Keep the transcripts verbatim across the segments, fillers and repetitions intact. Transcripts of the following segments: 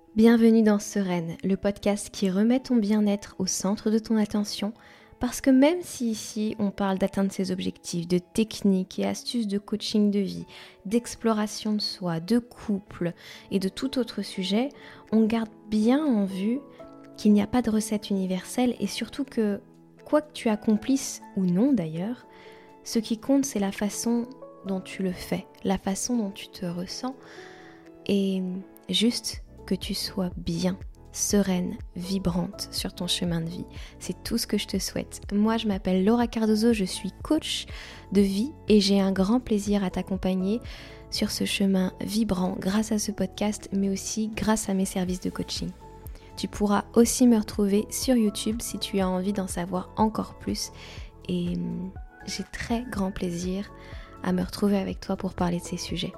Bienvenue dans Sereine, le podcast qui remet ton bien-être au centre de ton attention, parce que même si ici on parle d'atteindre ses objectifs, de techniques et astuces de coaching de vie, d'exploration de soi, de couple et de tout autre sujet, on garde bien en vue qu'il n'y a pas de recette universelle et surtout que, quoi que tu accomplisses ou non d'ailleurs, ce qui compte c'est la façon dont tu le fais, la façon dont tu te ressens et juste que tu sois bien, sereine, vibrante sur ton chemin de vie. C'est tout ce que je te souhaite. Moi, je m'appelle Laura Cardozo, je suis coach de vie et j'ai un grand plaisir à t'accompagner sur ce chemin vibrant grâce à ce podcast, mais aussi grâce à mes services de coaching. Tu pourras aussi me retrouver sur YouTube si tu as envie d'en savoir encore plus et j'ai très grand plaisir à me retrouver avec toi pour parler de ces sujets.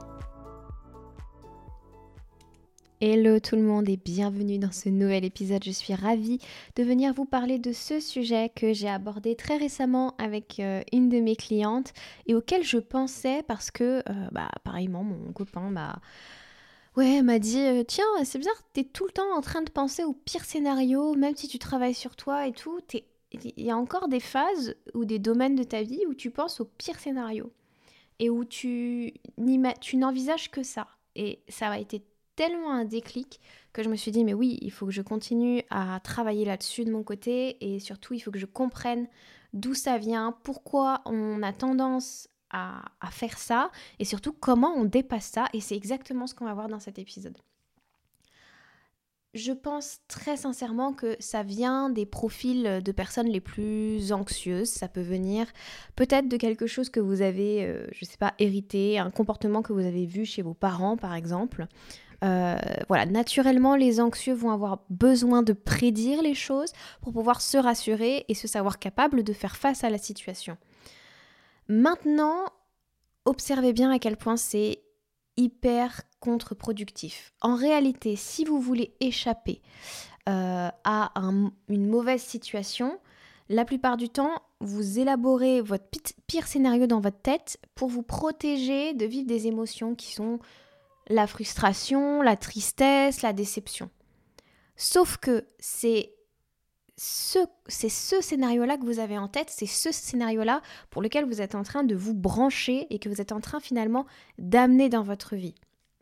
Hello tout le monde et bienvenue dans ce nouvel épisode. Je suis ravie de venir vous parler de ce sujet que j'ai abordé très récemment avec euh, une de mes clientes et auquel je pensais parce que, euh, bah, pareillement, mon copain bah, ouais, m'a dit euh, tiens, c'est bizarre, t'es tout le temps en train de penser au pire scénario, même si tu travailles sur toi et tout. Il y a encore des phases ou des domaines de ta vie où tu penses au pire scénario et où tu, tu n'envisages que ça. Et ça a été tellement un déclic que je me suis dit mais oui, il faut que je continue à travailler là-dessus de mon côté et surtout il faut que je comprenne d'où ça vient, pourquoi on a tendance à, à faire ça et surtout comment on dépasse ça et c'est exactement ce qu'on va voir dans cet épisode. Je pense très sincèrement que ça vient des profils de personnes les plus anxieuses. Ça peut venir peut-être de quelque chose que vous avez, euh, je sais pas, hérité, un comportement que vous avez vu chez vos parents par exemple. Euh, voilà, naturellement, les anxieux vont avoir besoin de prédire les choses pour pouvoir se rassurer et se savoir capable de faire face à la situation. Maintenant, observez bien à quel point c'est hyper contre-productif. En réalité, si vous voulez échapper euh, à un, une mauvaise situation, la plupart du temps, vous élaborez votre pire scénario dans votre tête pour vous protéger de vivre des émotions qui sont la frustration, la tristesse, la déception. Sauf que c'est ce, c'est ce scénario-là que vous avez en tête, c'est ce scénario-là pour lequel vous êtes en train de vous brancher et que vous êtes en train finalement d'amener dans votre vie.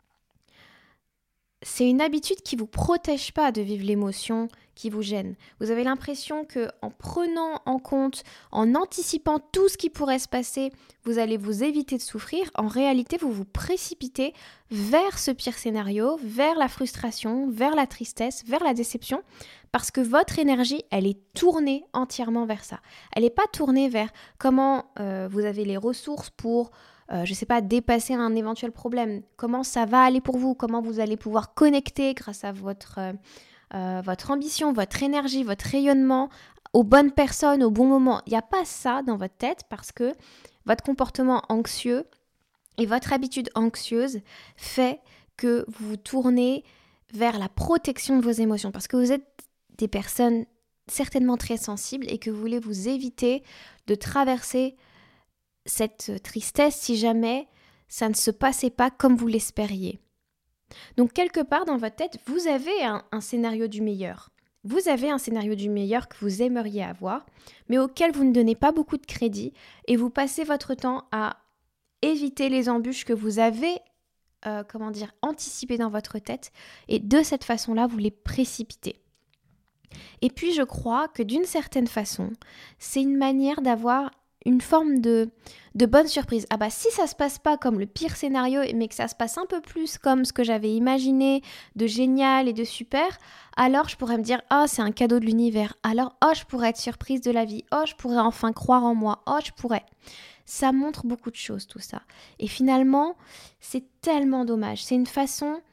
C'est une habitude qui ne vous protège pas de vivre l'émotion qui vous gêne. Vous avez l'impression qu'en prenant en compte, en anticipant tout ce qui pourrait se passer, vous allez vous éviter de souffrir. En réalité, vous vous précipitez vers ce pire scénario, vers la frustration, vers la tristesse, vers la déception, parce que votre énergie, elle est tournée entièrement vers ça. Elle n'est pas tournée vers comment euh, vous avez les ressources pour... Euh, je ne sais pas, dépasser un éventuel problème, comment ça va aller pour vous, comment vous allez pouvoir connecter grâce à votre, euh, euh, votre ambition, votre énergie, votre rayonnement aux bonnes personnes, au bon moment. Il n'y a pas ça dans votre tête parce que votre comportement anxieux et votre habitude anxieuse fait que vous vous tournez vers la protection de vos émotions parce que vous êtes des personnes certainement très sensibles et que vous voulez vous éviter de traverser cette tristesse si jamais ça ne se passait pas comme vous l'espériez. Donc quelque part dans votre tête, vous avez un, un scénario du meilleur. Vous avez un scénario du meilleur que vous aimeriez avoir, mais auquel vous ne donnez pas beaucoup de crédit et vous passez votre temps à éviter les embûches que vous avez euh, comment dire, anticipées dans votre tête et de cette façon-là, vous les précipitez. Et puis je crois que d'une certaine façon, c'est une manière d'avoir une forme de, de bonne surprise. Ah bah si ça se passe pas comme le pire scénario, mais que ça se passe un peu plus comme ce que j'avais imaginé, de génial et de super, alors je pourrais me dire, oh c'est un cadeau de l'univers, alors oh je pourrais être surprise de la vie, oh je pourrais enfin croire en moi, oh je pourrais. Ça montre beaucoup de choses tout ça. Et finalement, c'est tellement dommage. C'est une façon...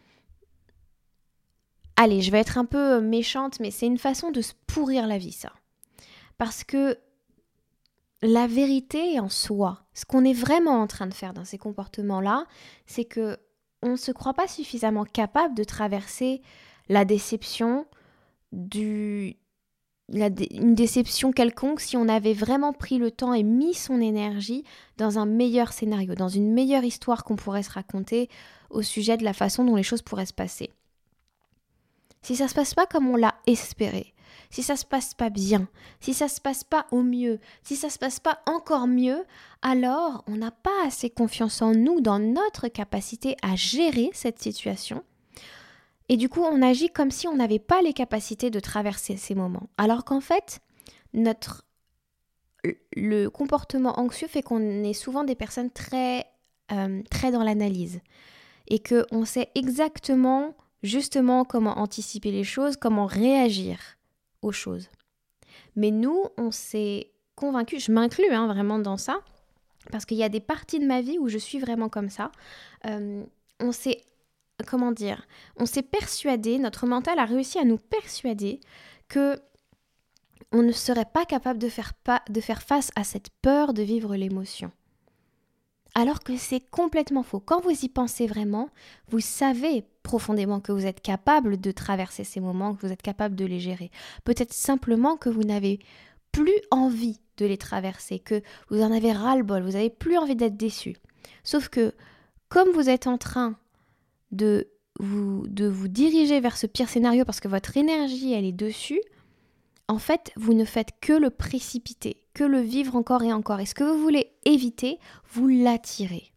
Allez, je vais être un peu méchante, mais c'est une façon de se pourrir la vie ça. Parce que la vérité est en soi. Ce qu'on est vraiment en train de faire dans ces comportements-là, c'est que on ne se croit pas suffisamment capable de traverser la déception, du, la dé, une déception quelconque si on avait vraiment pris le temps et mis son énergie dans un meilleur scénario, dans une meilleure histoire qu'on pourrait se raconter au sujet de la façon dont les choses pourraient se passer. si ça se passe pas comme on l'a espéré, si ça se passe pas bien, si ça se passe pas au mieux, si ça se passe pas encore mieux, alors on n'a pas assez confiance en nous, dans notre capacité à gérer cette situation. Et du coup, on agit comme si on n'avait pas les capacités de traverser ces moments. Alors qu'en fait, notre le comportement anxieux fait qu'on est souvent des personnes très, euh, très dans l'analyse. Et qu'on sait exactement, justement, comment anticiper les choses, comment réagir aux choses. Mais nous, on s'est convaincus, je m'inclus hein, vraiment dans ça, parce qu'il y a des parties de ma vie où je suis vraiment comme ça. Euh, on s'est, comment dire, on s'est persuadé, notre mental a réussi à nous persuader que on ne serait pas capable de faire, pas, de faire face à cette peur de vivre l'émotion. Alors que c'est complètement faux. Quand vous y pensez vraiment, vous savez profondément que vous êtes capable de traverser ces moments, que vous êtes capable de les gérer. Peut-être simplement que vous n'avez plus envie de les traverser, que vous en avez ras-le-bol, vous n'avez plus envie d'être déçu. Sauf que, comme vous êtes en train de vous, de vous diriger vers ce pire scénario parce que votre énergie, elle est dessus, en fait, vous ne faites que le précipiter, que le vivre encore et encore. Et ce que vous voulez éviter, vous l'attirez.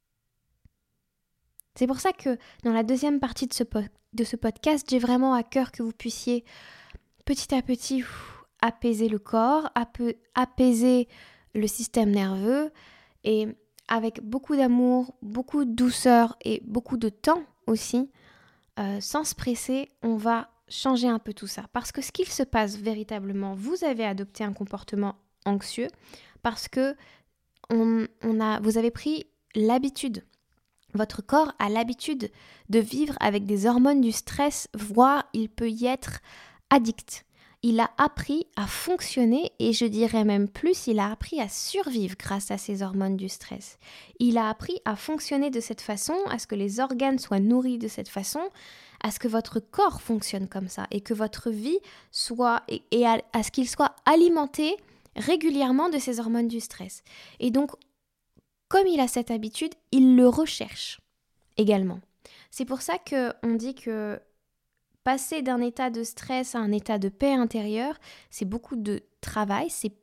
C'est pour ça que dans la deuxième partie de ce, po- de ce podcast, j'ai vraiment à cœur que vous puissiez petit à petit pff, apaiser le corps, ape- apaiser le système nerveux et avec beaucoup d'amour, beaucoup de douceur et beaucoup de temps aussi, euh, sans se presser, on va changer un peu tout ça. Parce que ce qu'il se passe véritablement, vous avez adopté un comportement anxieux parce que on, on a, vous avez pris l'habitude. Votre corps a l'habitude de vivre avec des hormones du stress, voire il peut y être addict. Il a appris à fonctionner et je dirais même plus, il a appris à survivre grâce à ces hormones du stress. Il a appris à fonctionner de cette façon, à ce que les organes soient nourris de cette façon, à ce que votre corps fonctionne comme ça et que votre vie soit, et, et à, à ce qu'il soit alimenté régulièrement de ces hormones du stress. Et donc, comme il a cette habitude, il le recherche également. C'est pour ça qu'on dit que passer d'un état de stress à un état de paix intérieure, c'est beaucoup de travail, c'est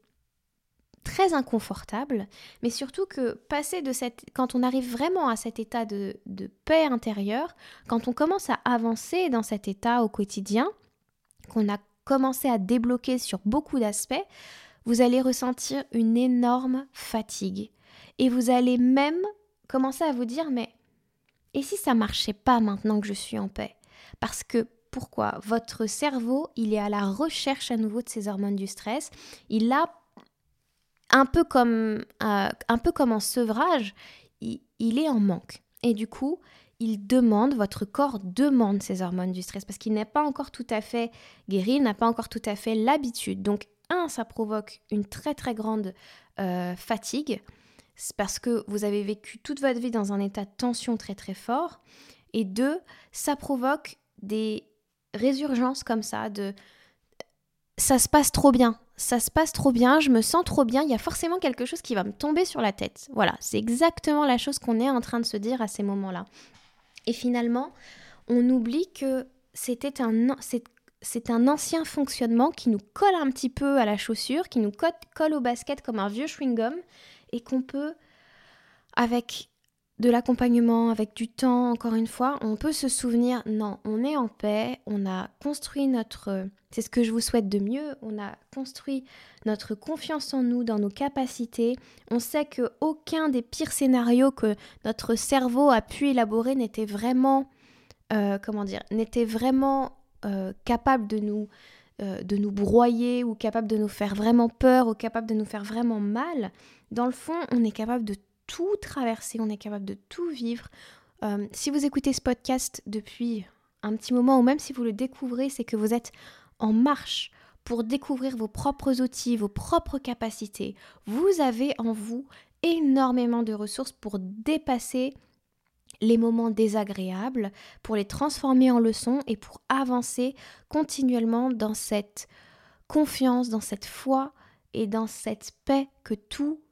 très inconfortable, mais surtout que passer de cette, quand on arrive vraiment à cet état de, de paix intérieure, quand on commence à avancer dans cet état au quotidien, qu'on a commencé à débloquer sur beaucoup d'aspects, vous allez ressentir une énorme fatigue. Et vous allez même commencer à vous dire, mais et si ça marchait pas maintenant que je suis en paix ? Parce que pourquoi ? Votre cerveau, il est à la recherche à nouveau de ces hormones du stress. Il a un peu comme, euh, un peu comme en sevrage, il, il est en manque. Et du coup, il demande, votre corps demande ces hormones du stress parce qu'il n'est pas encore tout à fait guéri, il n'a pas encore tout à fait l'habitude. Donc, un, ça provoque une très très grande euh, fatigue. C'est parce que vous avez vécu toute votre vie dans un état de tension très très fort. Et deux, ça provoque des résurgences comme ça, de ça se passe trop bien, ça se passe trop bien, je me sens trop bien, il y a forcément quelque chose qui va me tomber sur la tête. Voilà, c'est exactement la chose qu'on est en train de se dire à ces moments-là. Et finalement, on oublie que c'était un, c'est, c'est un ancien fonctionnement qui nous colle un petit peu à la chaussure, qui nous colle, colle au basket comme un vieux chewing-gum, et qu'on peut, avec de l'accompagnement, avec du temps, encore une fois, on peut se souvenir, non, on est en paix, on a construit notre, c'est ce que je vous souhaite de mieux, on a construit notre confiance en nous, dans nos capacités, on sait qu'aucun des pires scénarios que notre cerveau a pu élaborer n'était vraiment, euh, comment dire, n'était vraiment euh, capable de nous, euh, de nous broyer ou capable de nous faire vraiment peur ou capable de nous faire vraiment mal. Dans le fond, on est capable de tout traverser, on est capable de tout vivre. Euh, si vous écoutez ce podcast depuis un petit moment ou même si vous le découvrez, c'est que vous êtes en marche pour découvrir vos propres outils, vos propres capacités. Vous avez en vous énormément de ressources pour dépasser les moments désagréables, pour les transformer en leçons et pour avancer continuellement dans cette confiance, dans cette foi et dans cette paix que tout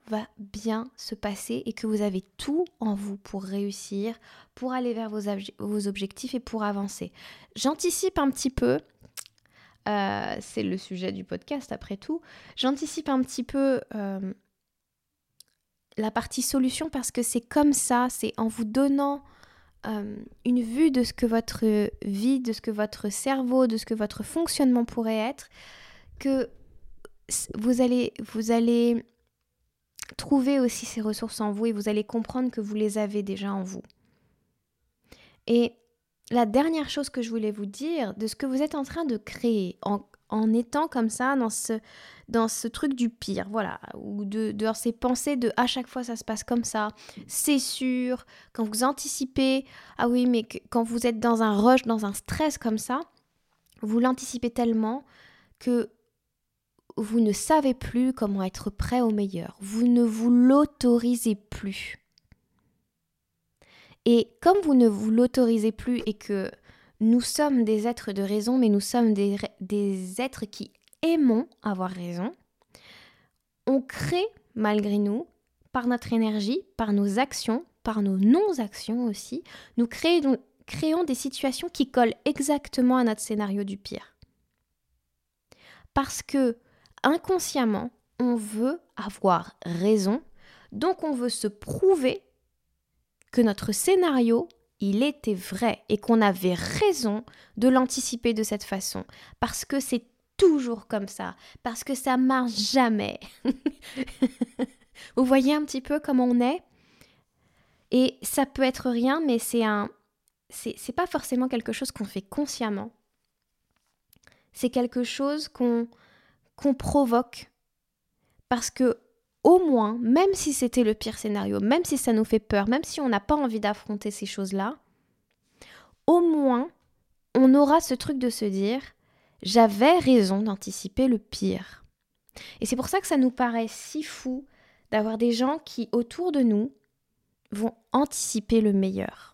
va bien se passer et que vous avez tout en vous pour réussir, pour aller vers vos, obje- vos objectifs et pour avancer. J'anticipe un petit peu, euh, c'est le sujet du podcast après tout, j'anticipe un petit peu euh, la partie solution parce que c'est comme ça, c'est en vous donnant euh, une vue de ce que votre vie, de ce que votre cerveau, de ce que votre fonctionnement pourrait être, que vous allez, vous allez trouver aussi ces ressources en vous et vous allez comprendre que vous les avez déjà en vous. Et la dernière chose que je voulais vous dire, de ce que vous êtes en train de créer en, en étant comme ça dans ce, dans ce truc du pire, voilà, ou de, de ces pensées de à chaque fois ça se passe comme ça, c'est sûr, quand vous anticipez, ah oui, mais que, quand vous êtes dans un rush, dans un stress comme ça, vous l'anticipez tellement que vous ne savez plus comment être prêt au meilleur. Vous ne vous l'autorisez plus. Et comme vous ne vous l'autorisez plus et que nous sommes des êtres de raison, mais nous sommes des, des êtres qui aimons avoir raison, on crée malgré nous, par notre énergie, par nos actions, par nos non-actions aussi, nous créons, créons des situations qui collent exactement à notre scénario du pire. Parce que inconsciemment, on veut avoir raison, donc on veut se prouver que notre scénario, il était vrai et qu'on avait raison de l'anticiper de cette façon. Parce que c'est toujours comme ça, parce que ça marche jamais. Vous voyez un petit peu comment on est ? Et ça peut être rien, mais c'est un, c'est, c'est pas forcément quelque chose qu'on fait consciemment. C'est quelque chose qu'on qu'on provoque parce que au moins, même si c'était le pire scénario, même si ça nous fait peur, même si on n'a pas envie d'affronter ces choses-là, au moins, on aura ce truc de se dire « j'avais raison d'anticiper le pire ». Et c'est pour ça que ça nous paraît si fou d'avoir des gens qui, autour de nous, vont anticiper le meilleur.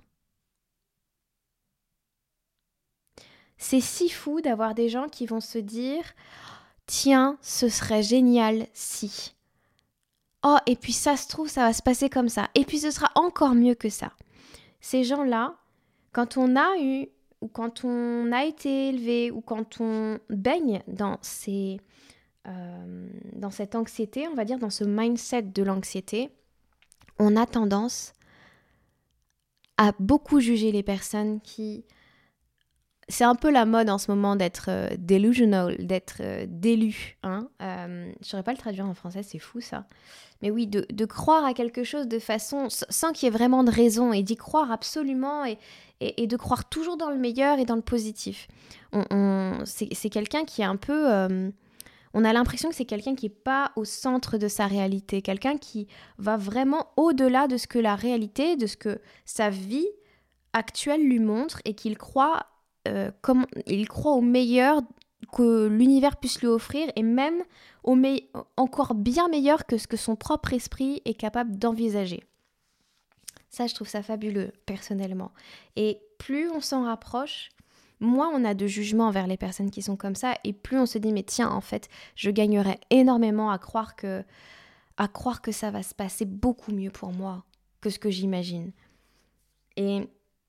C'est si fou d'avoir des gens qui vont se dire « tiens, ce serait génial si ». Oh, et puis ça se trouve, ça va se passer comme ça. Et puis ce sera encore mieux que ça. Ces gens-là, quand on a eu, ou quand on a été élevé, ou quand on baigne dans, ces, euh, dans cette anxiété, on va dire dans ce mindset de l'anxiété, on a tendance à beaucoup juger les personnes qui... C'est un peu la mode en ce moment d'être euh, delusional, d'être euh, d'élu. Hein euh, je ne saurais pas le traduire en français, c'est fou ça. Mais oui, de, de croire à quelque chose de façon sans qu'il y ait vraiment de raison et d'y croire absolument et, et, et de croire toujours dans le meilleur et dans le positif. On, on, c'est, c'est quelqu'un qui est un peu... Euh, on a l'impression que c'est quelqu'un qui n'est pas au centre de sa réalité, quelqu'un qui va vraiment au-delà de ce que la réalité, de ce que sa vie actuelle lui montre et qu'il croit... Euh, comme, il croit au meilleur que l'univers puisse lui offrir et même au me- encore bien meilleur que ce que son propre esprit est capable d'envisager. Ça, je trouve ça fabuleux, personnellement. Et plus on s'en rapproche, moins on a de jugement envers les personnes qui sont comme ça et plus on se dit, mais tiens, en fait, je gagnerais énormément à croire que, à croire que ça va se passer beaucoup mieux pour moi que ce que j'imagine. Et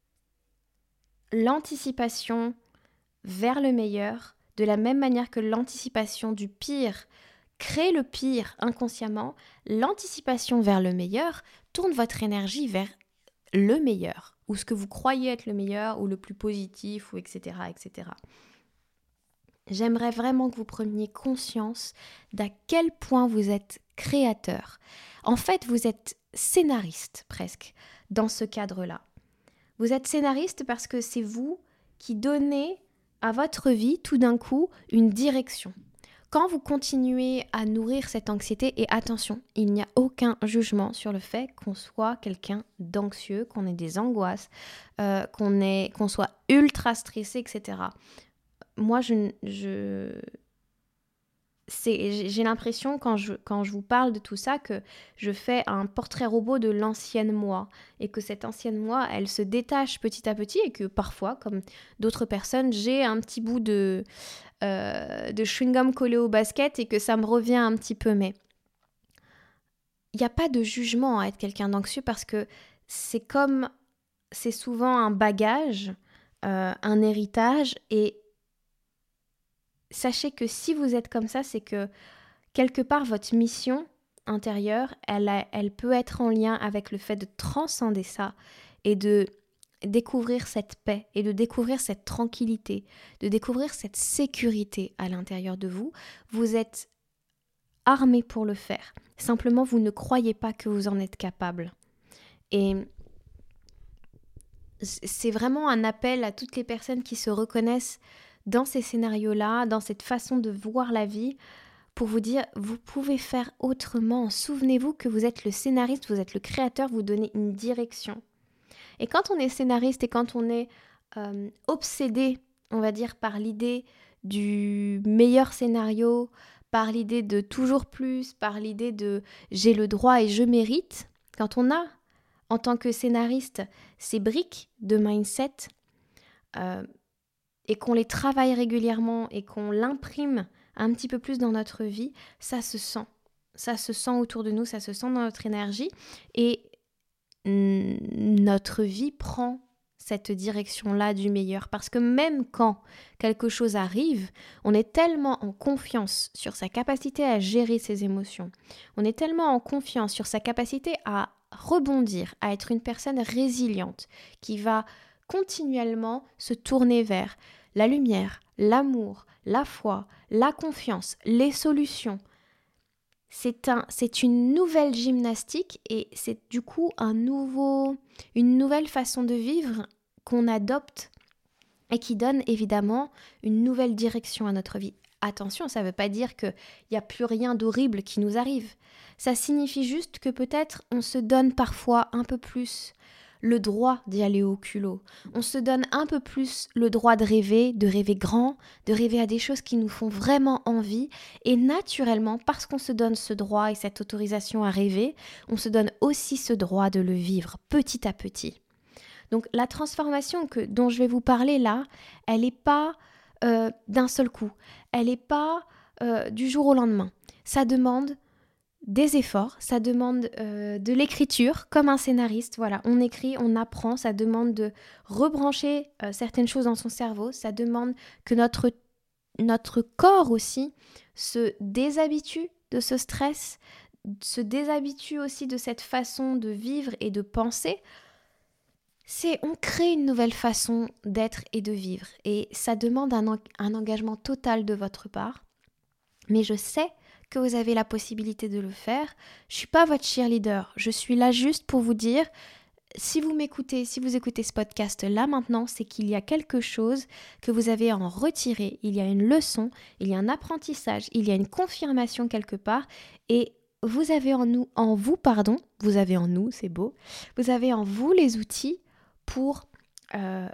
l'anticipation vers le meilleur, de la même manière que l'anticipation du pire crée le pire inconsciemment, l'anticipation vers le meilleur tourne votre énergie vers le meilleur, ou ce que vous croyez être le meilleur, ou le plus positif, ou et cetera, et cetera. J'aimerais vraiment que vous preniez conscience d'à quel point vous êtes créateur. En fait, vous êtes scénariste presque dans ce cadre-là. Vous êtes scénariste parce que c'est vous qui donnez à votre vie tout d'un coup une direction. Quand vous continuez à nourrir cette anxiété, et attention, il n'y a aucun jugement sur le fait qu'on soit quelqu'un d'anxieux, qu'on ait des angoisses, euh, qu'on ait, qu'on soit ultra stressé, et cetera. Moi, je, je, c'est, j'ai l'impression quand je, quand je vous parle de tout ça que je fais un portrait robot de l'ancienne moi et que cette ancienne moi, elle se détache petit à petit et que parfois, comme d'autres personnes, j'ai un petit bout de, euh, de chewing-gum collé au basket et que ça me revient un petit peu. Mais il n'y a pas de jugement à être quelqu'un d'anxieux parce que c'est comme, c'est souvent un bagage, euh, un héritage. Et sachez que si vous êtes comme ça, c'est que quelque part votre mission intérieure, elle, a, elle peut être en lien avec le fait de transcender ça et de découvrir cette paix et de découvrir cette tranquillité, de découvrir cette sécurité à l'intérieur de vous. Vous êtes armé pour le faire. Simplement, vous ne croyez pas que vous en êtes capable. Et c'est vraiment un appel à toutes les personnes qui se reconnaissent dans ces scénarios-là, dans cette façon de voir la vie, pour vous dire, vous pouvez faire autrement. Souvenez-vous que vous êtes le scénariste, vous êtes le créateur, vous donnez une direction. Et quand on est scénariste et quand on est euh, obsédé, on va dire, par l'idée du meilleur scénario, par l'idée de toujours plus, par l'idée de j'ai le droit et je mérite, quand on a, en tant que scénariste, ces briques de mindset euh, et qu'on les travaille régulièrement et qu'on l'imprime un petit peu plus dans notre vie, ça se sent. Ça se sent autour de nous, ça se sent dans notre énergie et notre vie prend cette direction-là du meilleur. Parce que même quand quelque chose arrive, on est tellement en confiance sur sa capacité à gérer ses émotions. On est tellement en confiance sur sa capacité à rebondir, à être une personne résiliente qui va continuellement se tourner vers la lumière, l'amour, la foi, la confiance, les solutions. C'est, un, c'est une nouvelle gymnastique et c'est du coup un nouveau, une nouvelle façon de vivre qu'on adopte et qui donne évidemment une nouvelle direction à notre vie. Attention, ça ne veut pas dire qu'il n'y a plus rien d'horrible qui nous arrive. Ça signifie juste que peut-être on se donne parfois un peu plus le droit d'y aller au culot. On se donne un peu plus le droit de rêver, de rêver grand, de rêver à des choses qui nous font vraiment envie. Et naturellement, parce qu'on se donne ce droit et cette autorisation à rêver, on se donne aussi ce droit de le vivre petit à petit. Donc la transformation que, dont je vais vous parler là, elle n'est pas euh, d'un seul coup. Elle n'est pas euh, du jour au lendemain. Ça demande des efforts, ça demande euh, de l'écriture, comme un scénariste, voilà, on écrit, on apprend, ça demande de rebrancher euh, certaines choses dans son cerveau, ça demande que notre, notre corps aussi se déshabitue de ce stress, se déshabitue aussi de cette façon de vivre et de penser. C'est, on crée une nouvelle façon d'être et de vivre, et ça demande un, un engagement total de votre part, mais je sais que vous avez la possibilité de le faire. Je ne suis pas votre cheerleader. Je suis là juste pour vous dire, si vous m'écoutez, si vous écoutez ce podcast là maintenant, c'est qu'il y a quelque chose que vous avez à en retirer. Il y a une leçon, il y a un apprentissage, il y a une confirmation quelque part. Et vous avez en nous, en vous, pardon, vous avez en nous, c'est beau, vous avez en vous les outils pour euh,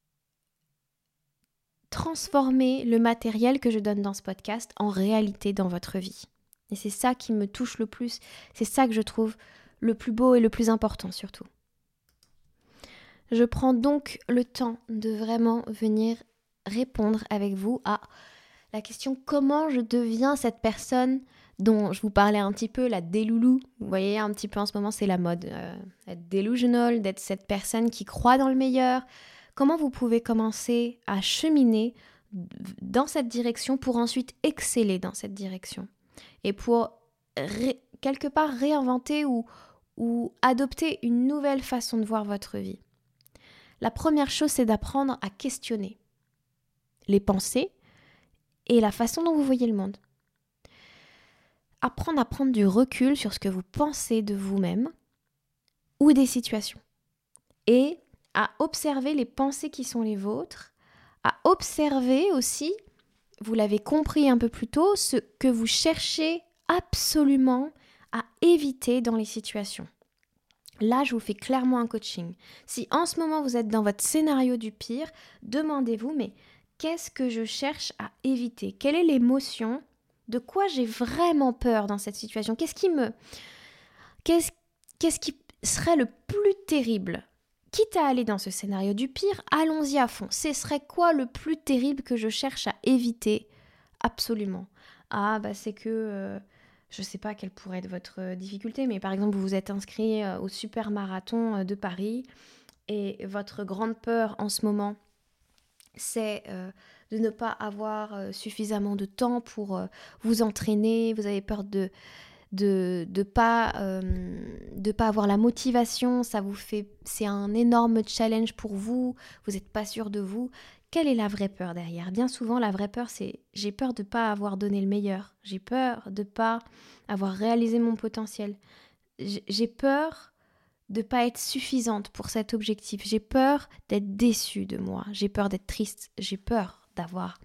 transformer le matériel que je donne dans ce podcast en réalité dans votre vie. Et c'est ça qui me touche le plus, c'est ça que je trouve le plus beau et le plus important surtout. Je prends donc le temps de vraiment venir répondre avec vous à la question comment je deviens cette personne dont je vous parlais un petit peu, la déloulou. Vous voyez, un petit peu en ce moment, c'est la mode, euh, être delusional, d'être cette personne qui croit dans le meilleur. Comment vous pouvez commencer à cheminer dans cette direction pour ensuite exceller dans cette direction et pour ré- quelque part réinventer ou, ou adopter une nouvelle façon de voir votre vie. La première chose, c'est d'apprendre à questionner les pensées et la façon dont vous voyez le monde. Apprendre à prendre du recul sur ce que vous pensez de vous-même ou des situations. Et à observer les pensées qui sont les vôtres, à observer aussi, vous l'avez compris un peu plus tôt, ce que vous cherchez absolument à éviter dans les situations. Là, je vous fais clairement un coaching. Si en ce moment vous êtes dans votre scénario du pire, demandez-vous, mais qu'est-ce que je cherche à éviter ? Quelle est l'émotion ? De quoi j'ai vraiment peur dans cette situation ? Qu'est-ce qui me... Qu'est-ce, qu'est-ce qui serait le plus terrible ? Quitte à aller dans ce scénario du pire, allons-y à fond. Ce serait quoi le plus terrible que je cherche à éviter ? Absolument. Ah, bah c'est que... Euh, je ne sais pas quelle pourrait être votre difficulté, mais par exemple, vous vous êtes inscrit au super marathon de Paris et votre grande peur en ce moment, c'est euh, de ne pas avoir euh, suffisamment de temps pour euh, vous entraîner, vous avez peur de de de pas euh, de pas avoir la motivation, ça vous fait c'est un énorme challenge pour vous, vous n'êtes pas sûr de vous. Quelle est la vraie peur derrière? Bien souvent, la vraie peur, c'est j'ai peur de pas avoir donné le meilleur, j'ai peur de pas avoir réalisé mon potentiel, j'ai peur de pas être suffisante pour cet objectif, j'ai peur d'être déçue de moi, j'ai peur d'être triste, j'ai peur d'avoir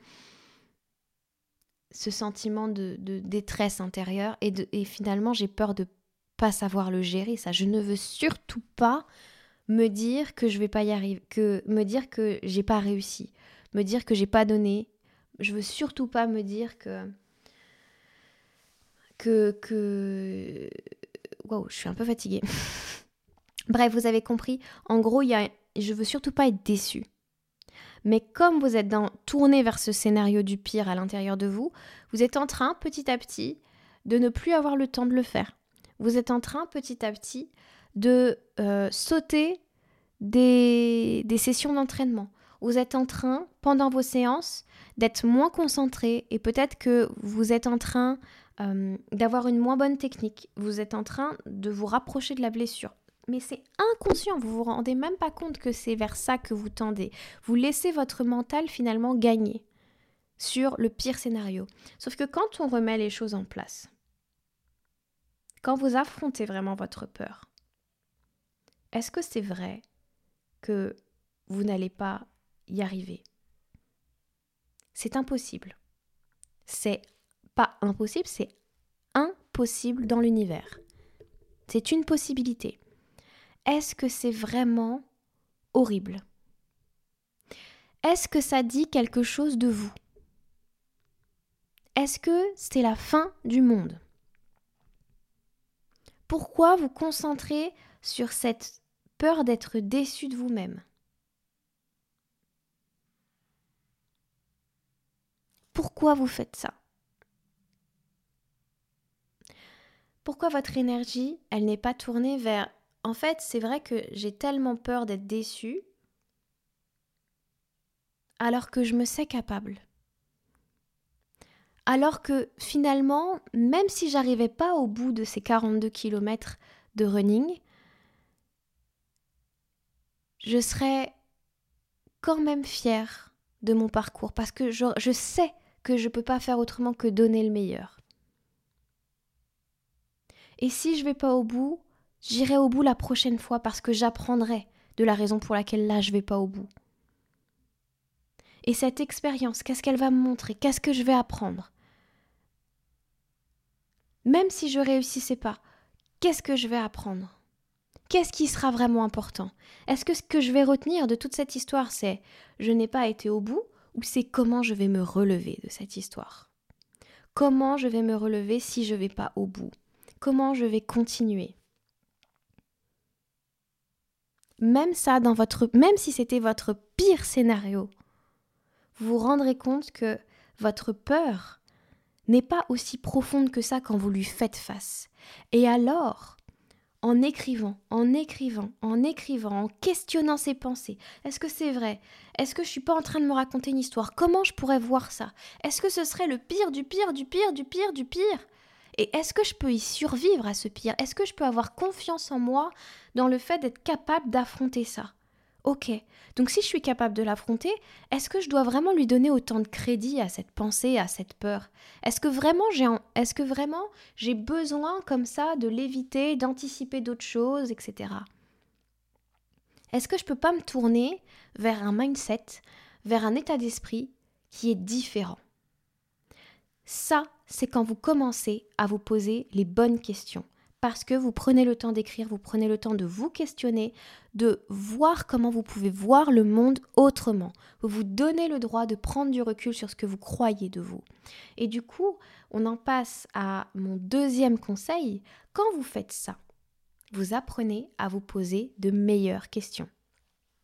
ce sentiment de, de détresse intérieure et, de, et finalement j'ai peur de pas savoir le gérer, ça. Je ne veux surtout pas me dire que je vais pas y arriver, que me dire que j'ai pas réussi, me dire que j'ai pas donné. Je veux surtout pas me dire que que que waouh, je suis un peu fatiguée. Bref, vous avez compris. En gros, il y a je veux surtout pas être déçue. Mais comme vous êtes dans, tourné vers ce scénario du pire à l'intérieur de vous, vous êtes en train, petit à petit, de ne plus avoir le temps de le faire. Vous êtes en train, petit à petit, de euh, sauter des, des sessions d'entraînement. Vous êtes en train, pendant vos séances, d'être moins concentré et peut-être que vous êtes en train euh, d'avoir une moins bonne technique. Vous êtes en train de vous rapprocher de la blessure. Mais c'est inconscient, vous vous rendez même pas compte que c'est vers ça que vous tendez. Vous laissez votre mental finalement gagner sur le pire scénario. Sauf que quand on remet les choses en place, quand vous affrontez vraiment votre peur, est-ce que c'est vrai que vous n'allez pas y arriver? C'est impossible. C'est pas impossible, c'est impossible dans l'univers. C'est une possibilité. Est-ce que c'est vraiment horrible? Est-ce que ça dit quelque chose de vous? Est-ce que c'est la fin du monde? Pourquoi vous concentrez sur cette peur d'être déçu de vous-même? Pourquoi vous faites ça? Pourquoi votre énergie, elle n'est pas tournée vers... En fait, c'est vrai que j'ai tellement peur d'être déçue alors que je me sais capable. Alors que finalement, même si j'arrivais pas au bout de ces quarante-deux kilomètres de running, je serais quand même fière de mon parcours parce que je, je sais que je peux pas faire autrement que donner le meilleur. Et si je vais pas au bout, j'irai au bout la prochaine fois parce que j'apprendrai de la raison pour laquelle là je vais pas au bout. Et cette expérience, qu'est-ce qu'elle va me montrer? Qu'est-ce que je vais apprendre? Même si je réussissais pas, qu'est-ce que je vais apprendre? Qu'est-ce qui sera vraiment important? Est-ce que ce que je vais retenir de toute cette histoire, c'est je n'ai pas été au bout ou c'est comment je vais me relever de cette histoire? Comment je vais me relever si je ne vais pas au bout? Comment je vais continuer? Même ça, dans votre, même si c'était votre pire scénario, vous vous rendrez compte que votre peur n'est pas aussi profonde que ça quand vous lui faites face. Et alors, en écrivant, en écrivant, en écrivant, en questionnant ses pensées. Est-ce que c'est vrai? Est-ce que je suis pas en train de me raconter une histoire? Comment je pourrais voir ça? Est-ce que ce serait le pire du pire, du pire, du pire, du pire? Et est-ce que je peux y survivre à ce pire? Est-ce que je peux avoir confiance en moi dans le fait d'être capable d'affronter ça? Ok, donc si je suis capable de l'affronter, est-ce que je dois vraiment lui donner autant de crédit à cette pensée, à cette peur? Est-ce que vraiment j'ai, en... est-ce que vraiment j'ai besoin comme ça de l'éviter, d'anticiper d'autres choses, et cetera. Est-ce que je peux pas me tourner vers un mindset, vers un état d'esprit qui est différent? Ça, c'est quand vous commencez à vous poser les bonnes questions. Parce que vous prenez le temps d'écrire, vous prenez le temps de vous questionner, de voir comment vous pouvez voir le monde autrement. Vous vous donnez le droit de prendre du recul sur ce que vous croyez de vous. Et du coup, on en passe à mon deuxième conseil. Quand vous faites ça, vous apprenez à vous poser de meilleures questions.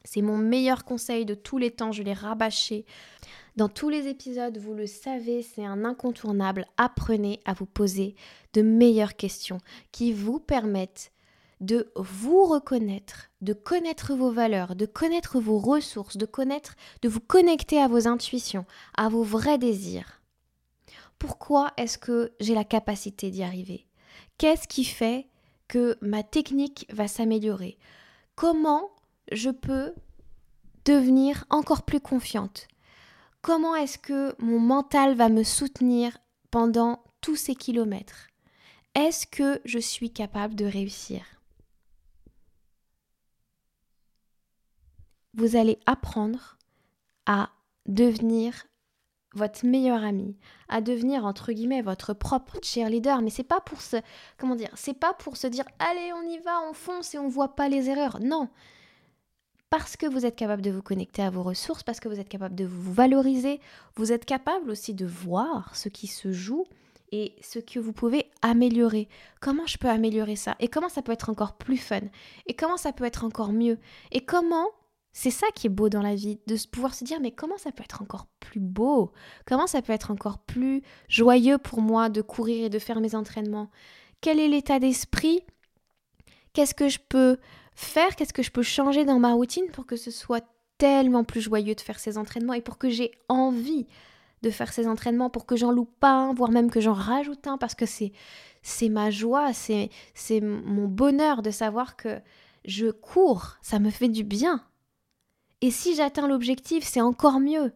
C'est mon meilleur conseil de tous les temps, je l'ai rabâché. Dans tous les épisodes, vous le savez, c'est un incontournable. Apprenez à vous poser de meilleures questions qui vous permettent de vous reconnaître, de connaître vos valeurs, de connaître vos ressources, de connaître, de vous connecter à vos intuitions, à vos vrais désirs. Pourquoi est-ce que j'ai la capacité d'y arriver? Qu'est-ce qui fait que ma technique va s'améliorer? Comment je peux devenir encore plus confiante? Comment est-ce que mon mental va me soutenir pendant tous ces kilomètres? Est-ce que je suis capable de réussir? Vous allez apprendre à devenir votre meilleur ami, à devenir entre guillemets votre propre cheerleader, mais c'est pas pour se, comment dire, c'est pas pour se dire allez on y va, on fonce et on voit pas les erreurs. Non, parce que vous êtes capable de vous connecter à vos ressources, parce que vous êtes capable de vous valoriser, vous êtes capable aussi de voir ce qui se joue et ce que vous pouvez améliorer. Comment je peux améliorer ça? Et comment ça peut être encore plus fun? Et comment ça peut être encore mieux? Et comment, c'est ça qui est beau dans la vie, de pouvoir se dire mais comment ça peut être encore plus beau? Comment ça peut être encore plus joyeux pour moi de courir et de faire mes entraînements? Quel est l'état d'esprit? Qu'est-ce que je peux faire? Qu'est-ce que je peux changer dans ma routine pour que ce soit tellement plus joyeux de faire ces entraînements et pour que j'ai envie de faire ces entraînements, pour que j'en loupe pas un, voire même que j'en rajoute un, parce que c'est, c'est ma joie, c'est, c'est mon bonheur de savoir que je cours, ça me fait du bien. Et si j'atteins l'objectif, c'est encore mieux.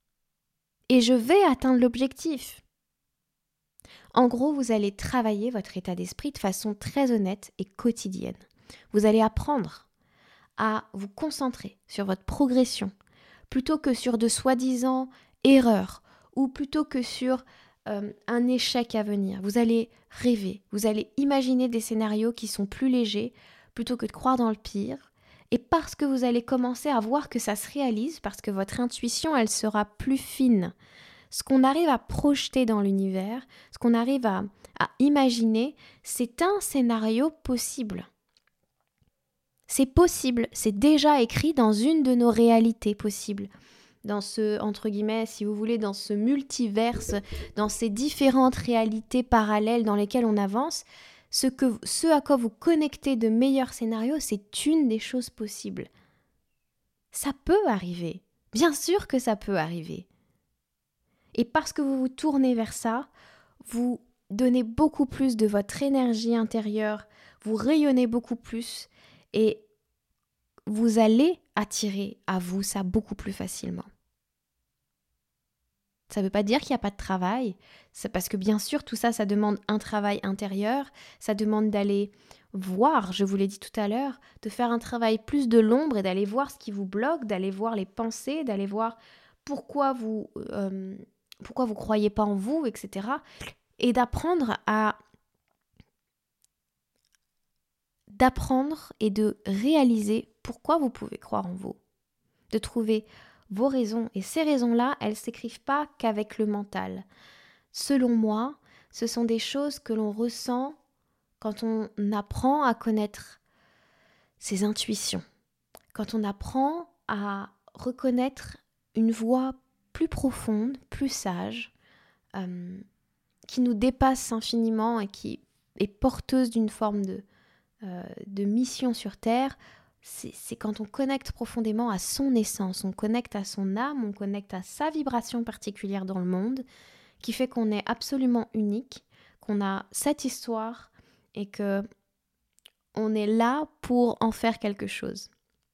Et je vais atteindre l'objectif. En gros, vous allez travailler votre état d'esprit de façon très honnête et quotidienne. Vous allez apprendre à vous concentrer sur votre progression plutôt que sur de soi-disant erreurs ou plutôt que sur euh, un échec à venir. Vous allez rêver, vous allez imaginer des scénarios qui sont plus légers plutôt que de croire dans le pire. Et parce que vous allez commencer à voir que ça se réalise, parce que votre intuition, elle sera plus fine. Ce qu'on arrive à projeter dans l'univers, ce qu'on arrive à, à imaginer, c'est un scénario possible. C'est possible, c'est déjà écrit dans une de nos réalités possibles. Dans ce, entre guillemets, si vous voulez, dans ce multiverse, dans ces différentes réalités parallèles dans lesquelles on avance, ce, que, ce à quoi vous connectez de meilleurs scénarios, c'est une des choses possibles. Ça peut arriver. Bien sûr que ça peut arriver. Et parce que vous vous tournez vers ça, vous donnez beaucoup plus de votre énergie intérieure, vous rayonnez beaucoup plus et vous allez attirer à vous ça beaucoup plus facilement. Ça ne veut pas dire qu'il n'y a pas de travail, c'est parce que bien sûr tout ça, ça demande un travail intérieur, ça demande d'aller voir, je vous l'ai dit tout à l'heure, de faire un travail plus de l'ombre et d'aller voir ce qui vous bloque, d'aller voir les pensées, d'aller voir pourquoi vous euh, pourquoi vous ne croyez pas en vous, et cetera. Et d'apprendre à d'apprendre et de réaliser pourquoi vous pouvez croire en vous, de trouver vos raisons. Et ces raisons-là, elles ne s'écrivent pas qu'avec le mental. Selon moi, ce sont des choses que l'on ressent quand on apprend à connaître ses intuitions, quand on apprend à reconnaître une voix plus profonde, plus sage, euh, qui nous dépasse infiniment et qui est porteuse d'une forme de, euh, de mission sur Terre. C'est, c'est quand on connecte profondément à son essence, on connecte à son âme, on connecte à sa vibration particulière dans le monde, qui fait qu'on est absolument unique, qu'on a cette histoire et que on est là pour en faire quelque chose.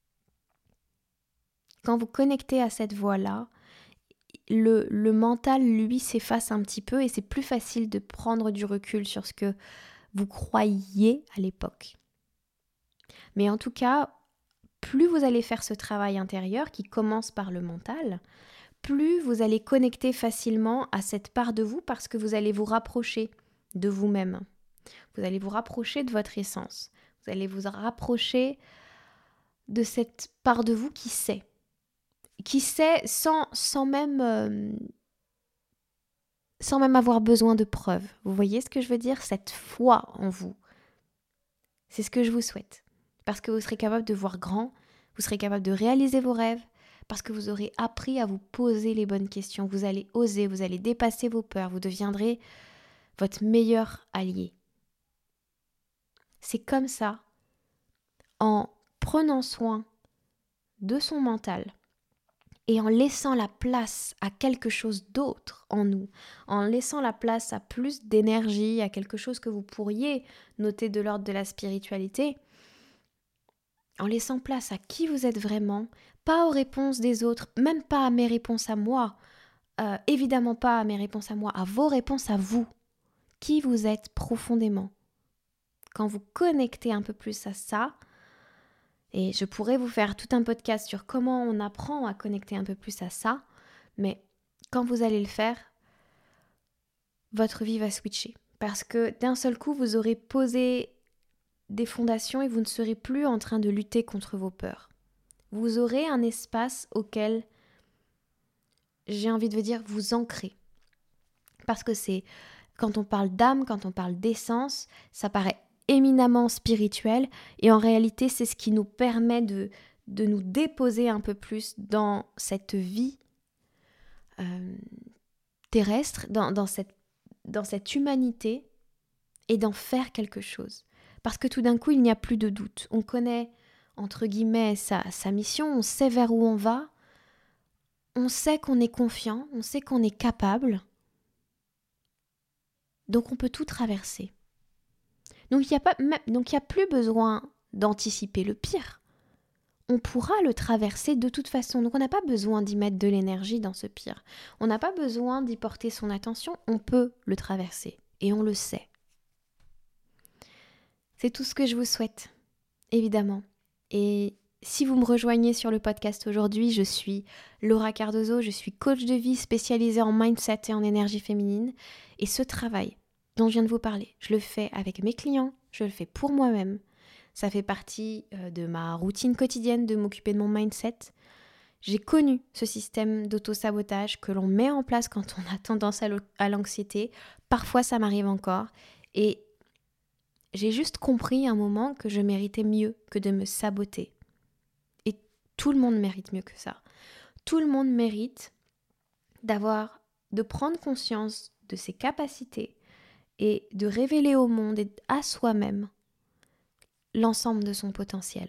Quand vous connectez à cette voix-là, le, le mental, lui, s'efface un petit peu et c'est plus facile de prendre du recul sur ce que vous croyiez à l'époque. Mais en tout cas, plus vous allez faire ce travail intérieur qui commence par le mental, plus vous allez connecter facilement à cette part de vous parce que vous allez vous rapprocher de vous-même. Vous allez vous rapprocher de votre essence. Vous allez vous rapprocher de cette part de vous qui sait. Qui sait sans, sans, même, euh, sans même avoir besoin de preuves. Vous voyez ce que je veux dire? Cette foi en vous. C'est ce que je vous souhaite. Parce que vous serez capable de voir grand, vous serez capable de réaliser vos rêves parce que vous aurez appris à vous poser les bonnes questions. Vous allez oser, vous allez dépasser vos peurs, vous deviendrez votre meilleur allié. C'est comme ça, en prenant soin de son mental et en laissant la place à quelque chose d'autre en nous, en laissant la place à plus d'énergie, à quelque chose que vous pourriez noter de l'ordre de la spiritualité, en laissant place à qui vous êtes vraiment, pas aux réponses des autres, même pas à mes réponses à moi, euh, évidemment pas à mes réponses à moi, à vos réponses à vous, qui vous êtes profondément. Quand vous connectez un peu plus à ça, et je pourrais vous faire tout un podcast sur comment on apprend à connecter un peu plus à ça, mais quand vous allez le faire, votre vie va switcher. Parce que d'un seul coup, vous aurez posé des fondations et vous ne serez plus en train de lutter contre vos peurs. Vous aurez un espace auquel, j'ai envie de vous dire, vous ancrez. Parce que c'est, quand on parle d'âme, quand on parle d'essence, ça paraît éminemment spirituel et en réalité, c'est ce qui nous permet de, de nous déposer un peu plus dans cette vie euh, terrestre, dans, dans, cette, dans cette humanité et d'en faire quelque chose. Parce que tout d'un coup, il n'y a plus de doute. On connaît, entre guillemets, sa, sa mission, on sait vers où on va, on sait qu'on est confiant, on sait qu'on est capable. Donc on peut tout traverser. Donc il n'y a pas, donc il n'y a plus besoin d'anticiper le pire. On pourra le traverser de toute façon. Donc on n'a pas besoin d'y mettre de l'énergie dans ce pire. On n'a pas besoin d'y porter son attention. On peut le traverser. Et on le sait. C'est tout ce que je vous souhaite, évidemment. Et si vous me rejoignez sur le podcast aujourd'hui, je suis Laura Cardozo, je suis coach de vie spécialisée en mindset et en énergie féminine. Et ce travail dont je viens de vous parler, je le fais avec mes clients, je le fais pour moi-même. Ça fait partie de ma routine quotidienne de m'occuper de mon mindset. J'ai connu ce système d'auto-sabotage que l'on met en place quand on a tendance à l'anxiété. Parfois, ça m'arrive encore. Et j'ai juste compris à un moment que je méritais mieux que de me saboter. Et tout le monde mérite mieux que ça. Tout le monde mérite d'avoir, de prendre conscience de ses capacités et de révéler au monde et à soi-même l'ensemble de son potentiel.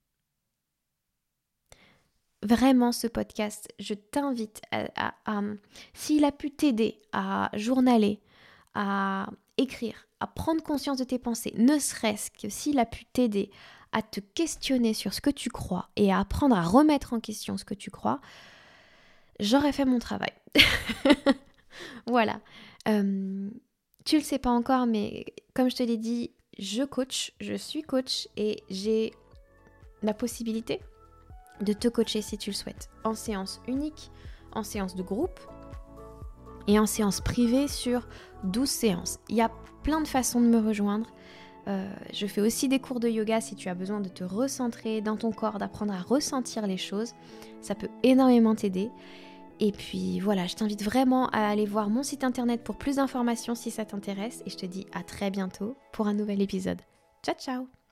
Vraiment, ce podcast, je t'invite à, à, à s'il a pu t'aider à journaler, à écrire, à prendre conscience de tes pensées, ne serait-ce que s'il a pu t'aider à te questionner sur ce que tu crois et à apprendre à remettre en question ce que tu crois, j'aurais fait mon travail. Voilà. Euh, tu le sais pas encore, mais comme je te l'ai dit, je coach, je suis coach et j'ai la possibilité de te coacher si tu le souhaites, en séance unique, en séance de groupe et en séance privée sur douze séances. Il y a plein de façons de me rejoindre. Euh, je fais aussi des cours de yoga si tu as besoin de te recentrer dans ton corps, d'apprendre à ressentir les choses. Ça peut énormément t'aider. Et puis voilà, je t'invite vraiment à aller voir mon site internet pour plus d'informations si ça t'intéresse. Et je te dis à très bientôt pour un nouvel épisode. Ciao, ciao!